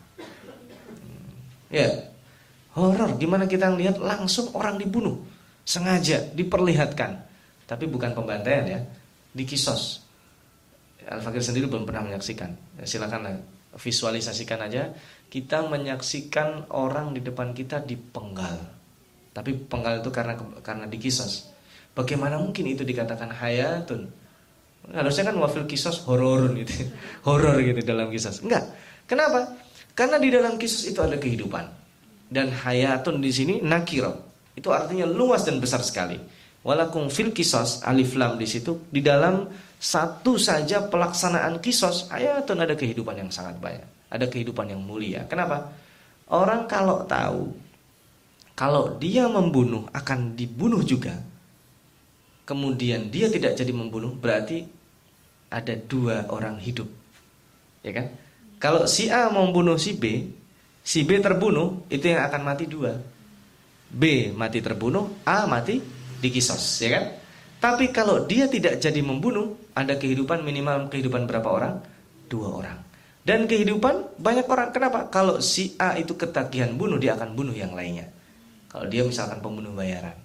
A: Ya, horor. Gimana kita lihat langsung orang dibunuh, sengaja diperlihatkan, tapi bukan pembantaian ya, di kisos. Al-Fakir sendiri belum pernah menyaksikan. Ya, silakanlah visualisasikan aja. Kita menyaksikan orang di depan kita dipenggal, tapi penggal itu karena karena dikisos. Bagaimana mungkin itu dikatakan hayatun? Harusnya kan wafil kisos hororun gitu, horor gitu dalam kisos. Enggak. Kenapa? Karena di dalam kisos itu ada kehidupan. Dan hayatun di sini nakiro. Itu artinya luas dan besar sekali. Walakum fil kisos, alif lam di situ, di dalam satu saja pelaksanaan kisos, hayatun ada kehidupan yang sangat banyak. Ada kehidupan yang mulia. Kenapa? Orang kalau tahu kalau dia membunuh akan dibunuh juga, kemudian dia tidak jadi membunuh, berarti ada dua orang hidup, ya kan? Kalau si A mau membunuh si B, si B terbunuh, itu yang akan mati dua. B mati terbunuh, A mati dikisos, ya kan? Tapi kalau dia tidak jadi membunuh, ada kehidupan minimal kehidupan berapa orang? Dua orang. Dan kehidupan banyak orang. Kenapa? Kalau si A itu ketagihan bunuh, dia akan bunuh yang lainnya. Kalau dia misalkan pembunuh bayaran.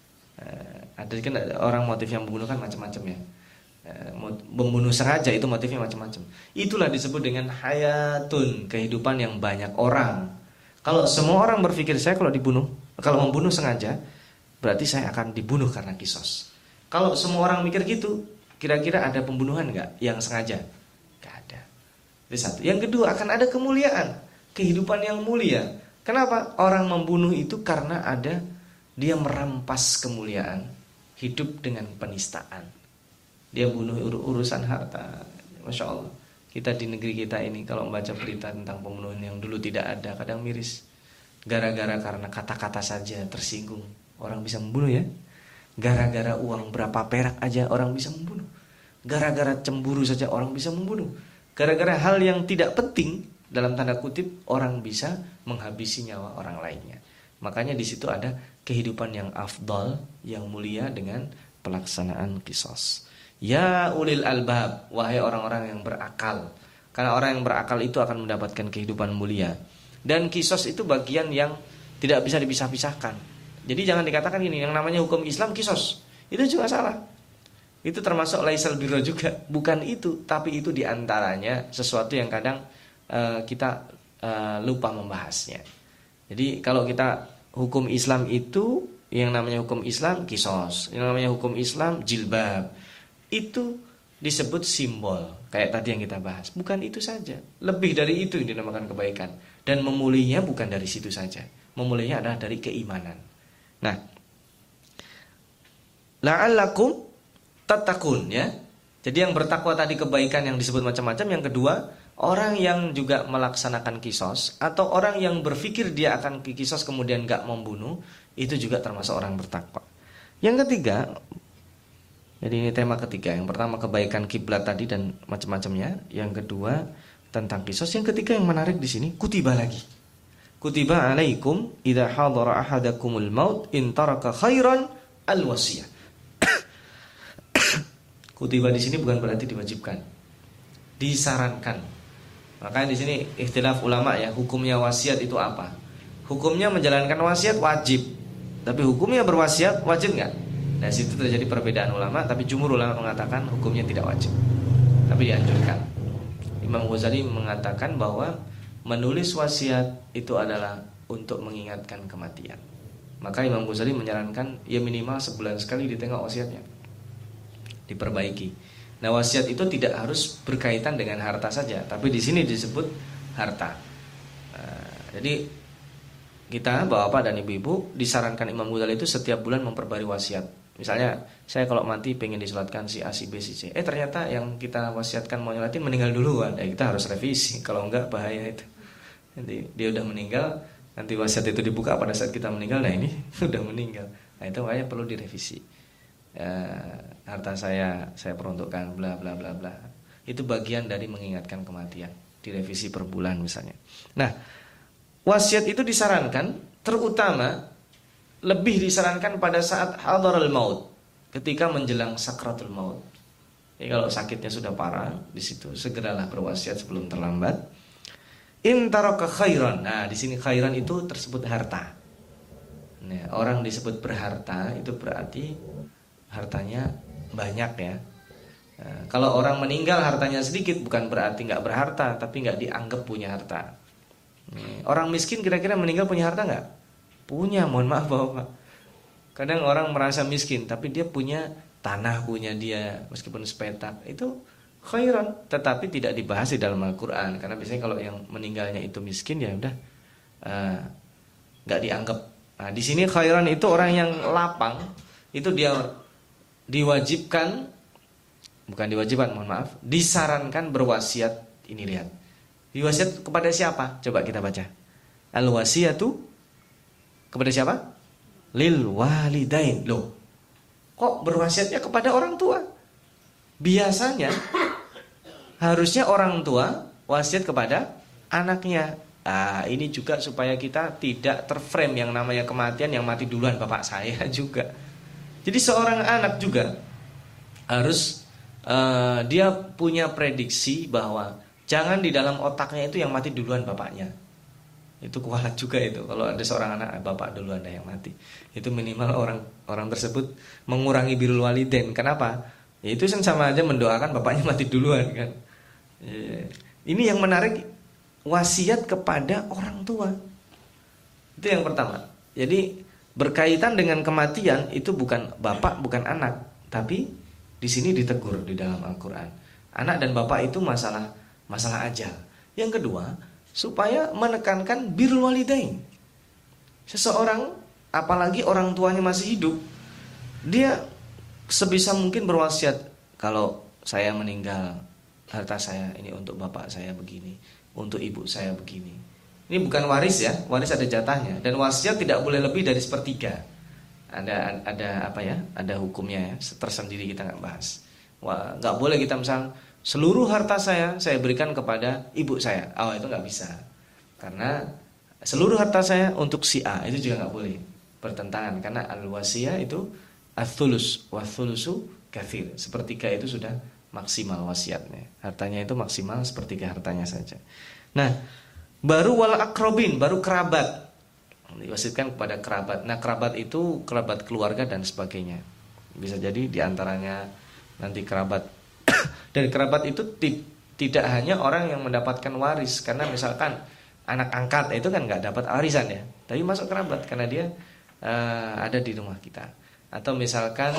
A: Ada kan orang motif yang membunuh kan macam-macam ya. Membunuh sengaja itu motifnya macam-macam. Itulah disebut dengan hayatun, kehidupan yang banyak orang. Kalau semua orang berpikir saya kalau dibunuh, kalau membunuh sengaja, berarti saya akan dibunuh karena kisos. Kalau semua orang mikir gitu, kira-kira ada pembunuhan nggak yang sengaja? Nggak ada. Itu satu. Yang kedua, akan ada kemuliaan, kehidupan yang mulia. Kenapa? Orang membunuh itu karena ada dia merampas kemuliaan, hidup dengan penistaan. Dia bunuh ur- urusan harta. Masya Allah. Kita di negeri kita ini kalau membaca berita tentang pembunuhan yang dulu tidak ada, kadang miris. Gara-gara karena kata-kata saja tersinggung, orang bisa membunuh ya. Gara-gara uang berapa perak aja orang bisa membunuh. Gara-gara cemburu saja orang bisa membunuh. Gara-gara hal yang tidak penting, dalam tanda kutip, orang bisa menghabisi nyawa orang lainnya. Makanya di situ ada kehidupan yang afdal, yang mulia dengan pelaksanaan kisos. Ya ulil albab, wahai orang-orang yang berakal. Karena orang yang berakal itu akan mendapatkan kehidupan mulia. Dan kisos itu bagian yang tidak bisa dipisah-pisahkan. Jadi jangan dikatakan ini, yang namanya hukum Islam kisos. Itu juga salah. Itu termasuk laisal birro juga. Bukan itu, tapi itu diantaranya sesuatu yang kadang uh, kita uh, lupa membahasnya. Jadi kalau kita hukum Islam itu, yang namanya hukum Islam kisos, yang namanya hukum Islam jilbab, itu disebut simbol, kayak tadi yang kita bahas. Bukan itu saja, lebih dari itu yang dinamakan kebaikan. Dan memulainya bukan dari situ saja, memulainya adalah dari keimanan. Nah, la'allakum tattaqun ya. Jadi yang bertakwa tadi kebaikan yang disebut macam-macam. Yang kedua, orang yang juga melaksanakan kisos, atau orang yang berpikir dia akan kisos kemudian gak membunuh, itu juga termasuk orang bertakwa. Yang ketiga, jadi ini tema ketiga. Yang pertama kebaikan kiblat tadi dan macam-macamnya. Yang kedua tentang kisos. Yang ketiga yang menarik di sini, kutiba lagi. Kutiba alaikum idza hadara ahadakumul maut in taraka khairan al-wasiyah. Kutiba di sini bukan berarti diwajibkan, disarankan. Makanya di sini ikhtilaf ulama ya, hukumnya wasiat itu apa? Hukumnya menjalankan wasiat wajib, tapi hukumnya berwasiat wajib enggak? Nah, situ terjadi perbedaan ulama, tapi jumhur ulama mengatakan hukumnya tidak wajib, tapi dianjurkan. Imam Ghazali mengatakan bahwa menulis wasiat itu adalah untuk mengingatkan kematian. Maka Imam Ghazali menyarankan ya minimal sebulan sekali ditengok wasiatnya, diperbaiki. Nah, wasiat itu tidak harus berkaitan dengan harta saja, tapi di sini disebut harta. Nah, jadi kita bapak dan ibu-ibu disarankan Imam Ghazali itu setiap bulan memperbarui wasiat. Misalnya saya kalau mati pengen disolatkan si A, si B, si C, eh ternyata yang kita wasiatkan mau nyolatin meninggal duluan, ya kita harus revisi. Kalau enggak bahaya itu. Nanti dia udah meninggal, nanti wasiat itu dibuka pada saat kita meninggal, nah ini udah meninggal. Nah itu makanya perlu direvisi. Ya, harta saya saya peruntukkan bla bla bla bla. Itu bagian dari mengingatkan kematian, direvisi per bulan misalnya. Nah, wasiat itu disarankan terutama lebih disarankan pada saat hadarul maut, ketika menjelang sakratul maut. Jadi kalau sakitnya sudah parah, di situ segeralah berwasiat sebelum terlambat. In taraka khairan. Nah, di sini khairan itu tersebut harta. Nah, orang disebut berharta itu berarti hartanya banyak ya. Nah, kalau orang meninggal hartanya sedikit bukan berarti nggak berharta, tapi nggak dianggap punya harta. Nih, orang miskin kira-kira meninggal punya harta nggak? Punya, mohon maaf Bapak. Kadang orang merasa miskin tapi dia punya tanah punya dia meskipun sepetak, itu khairan, tetapi tidak dibahas di dalam Al-Qur'an karena biasanya kalau yang meninggalnya itu miskin ya udah nggak uh, dianggap. Nah, di sini khairan itu orang yang lapang, itu dia diwajibkan, bukan diwajibkan, mohon maaf, disarankan berwasiat. Ini lihat, diwasiat kepada siapa? Coba kita baca. Al-wasiyatu kepada siapa? Lil walidain. Loh, kok berwasiatnya kepada orang tua? Biasanya harusnya orang tua wasiat kepada anaknya. Nah, ini juga supaya kita tidak terframe yang namanya kematian, yang mati duluan bapak saya juga. Jadi seorang anak juga harus uh, dia punya prediksi bahwa jangan di dalam otaknya itu yang mati duluan bapaknya. Itu kualat juga itu. Kalau ada seorang anak, bapak duluan dah yang mati. Itu minimal orang orang tersebut mengurangi birrul walidain. Kenapa? Ya itu kan sama aja mendoakan bapaknya mati duluan kan. Ya. Ini yang menarik, wasiat kepada orang tua. Itu yang pertama. Jadi berkaitan dengan kematian itu bukan bapak, bukan anak, tapi di sini ditegur di dalam Al-Qur'an. Anak dan bapak itu masalah masalah ajal. Yang kedua, supaya menekankan birrul walidain. Seseorang, apalagi orang tuanya masih hidup, dia sebisa mungkin berwasiat, kalau saya meninggal, harta saya ini untuk bapak saya begini, untuk ibu saya begini. Ini bukan waris ya, waris ada jatahnya, dan wasiat tidak boleh lebih dari sepertiga. Ada ada apa ya? Ada hukumnya ya, tersendiri kita nggak bahas. Wah, nggak boleh kita misal seluruh harta saya saya berikan kepada ibu saya. Oh, itu nggak bisa. Karena seluruh harta saya untuk si A, itu juga nggak boleh. Bertentangan karena al-wasiyah itu ats-tsulus wa tsulusu katsir. Sepertiga itu sudah maksimal wasiatnya. Hartanya itu maksimal sepertiga hartanya saja. Nah, baru wal aqrabin, baru kerabat. Diwasiatkan kepada kerabat. Nah, kerabat itu kerabat keluarga dan sebagainya. Bisa jadi diantaranya nanti kerabat. Dan kerabat itu ti- tidak hanya orang yang mendapatkan waris, karena misalkan anak angkat itu kan nggak dapat warisan ya, tapi masuk kerabat karena dia uh, ada di rumah kita. Atau misalkan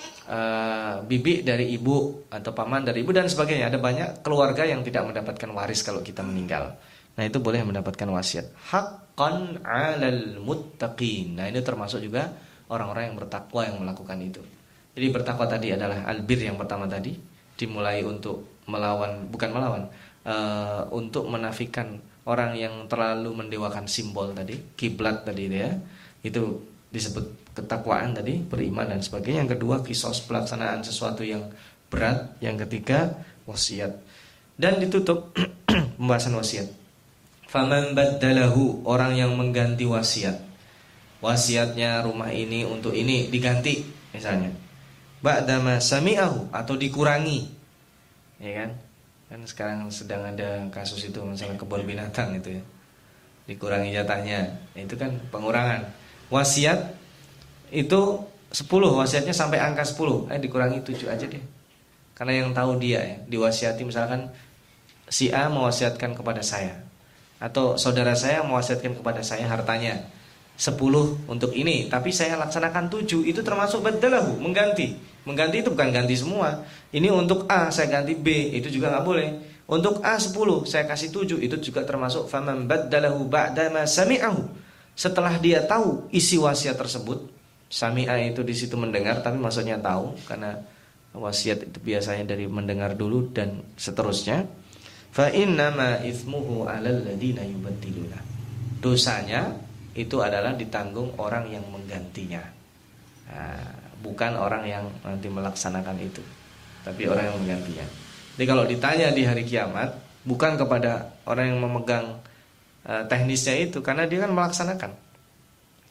A: uh, bibi dari ibu atau paman dari ibu dan sebagainya. Ada banyak keluarga yang tidak mendapatkan waris kalau kita meninggal. Nah, itu boleh mendapatkan wasiat. Haqqan 'alal muttaqin. Nah, ini termasuk juga orang-orang yang bertakwa yang melakukan itu. Jadi bertakwa tadi adalah albir yang pertama tadi, dimulai untuk melawan, bukan melawan, uh, untuk menafikan orang yang terlalu mendewakan simbol tadi, kiblat tadi ya. Itu disebut ketakwaan tadi, beriman dan sebagainya. Yang kedua, kisos, pelaksanaan sesuatu yang berat. Yang ketiga, wasiat. Dan ditutup pembahasan wasiat. Faman baddalahu, orang yang mengganti wasiat. Wasiatnya rumah ini untuk ini diganti misalnya. Ba'dama sami'ahu, atau dikurangi. Ya kan? Kan sekarang sedang ada kasus itu masalah kebun binatang itu ya. Dikurangi jatahnya. Nah, itu kan pengurangan. Wasiat itu sepuluh, wasiatnya sampai angka sepuluh. Eh dikurangi tujuh aja deh. Karena yang tahu dia ya, diwasiati misalkan si A mewasiatkan kepada saya, atau saudara saya mewasiatkan kepada saya hartanya sepuluh untuk ini, tapi saya laksanakan tujuh, itu termasuk badalahu, mengganti. Mengganti itu bukan ganti semua. Ini untuk A saya ganti B, itu juga nggak boleh. Untuk A sepuluh saya kasih tujuh, itu juga termasuk faman badalahu ba'dama sami'ahu. Setelah dia tahu isi wasiat tersebut, sami'a itu di situ mendengar, tapi maksudnya tahu karena wasiat itu biasanya dari mendengar dulu dan seterusnya. Fa innama itsmuhu 'alal ladzina yubaddiluna. Dosanya itu adalah ditanggung orang yang menggantinya. Nah, bukan orang yang nanti melaksanakan itu, tapi orang yang menggantinya. Jadi kalau ditanya di hari kiamat, bukan kepada orang yang memegang uh, teknisnya itu, karena dia kan melaksanakan.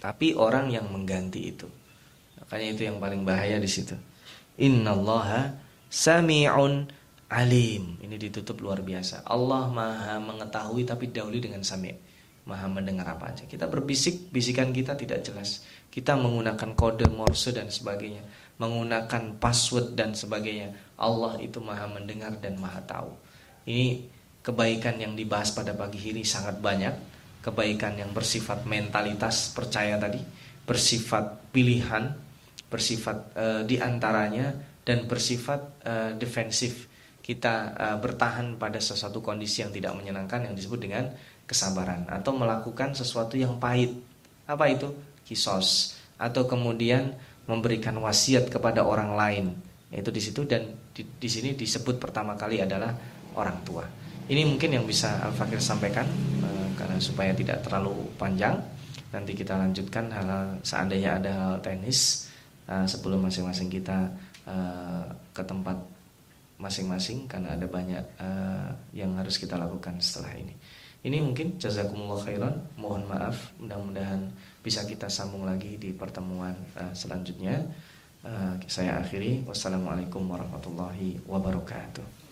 A: tapi orang yang mengganti itu. Makanya itu yang paling bahaya di situ. Innallaha sami'un alim. Ini ditutup luar biasa. Allah Maha mengetahui tapi dahului dengan sami'. Maha mendengar apa aja. Kita berbisik, bisikan kita tidak jelas. Kita menggunakan kode Morse dan sebagainya, menggunakan password dan sebagainya. Allah itu Maha mendengar dan Maha tahu. Ini kebaikan yang dibahas pada pagi ini sangat banyak. Kebaikan yang bersifat mentalitas percaya tadi, bersifat pilihan, bersifat uh, diantaranya, dan bersifat uh, defensif. Kita uh, bertahan pada sesuatu kondisi yang tidak menyenangkan yang disebut dengan kesabaran, atau melakukan sesuatu yang pahit. Apa itu? Kisos. Atau kemudian memberikan wasiat kepada orang lain. Itu di situ, dan di, di sini disebut pertama kali adalah orang tua. Ini mungkin yang bisa Al-Fakir sampaikan uh, karena supaya tidak terlalu panjang. Nanti kita lanjutkan hal-hal seandainya ada hal teknis uh, sebelum masing-masing kita uh, ke tempat masing-masing, karena ada banyak uh, yang harus kita lakukan setelah ini. Ini mungkin jazakumullah khairan. Mohon maaf, mudah-mudahan bisa kita sambung lagi di pertemuan uh, selanjutnya. uh, Saya akhiri. Wassalamualaikum warahmatullahi wabarakatuh.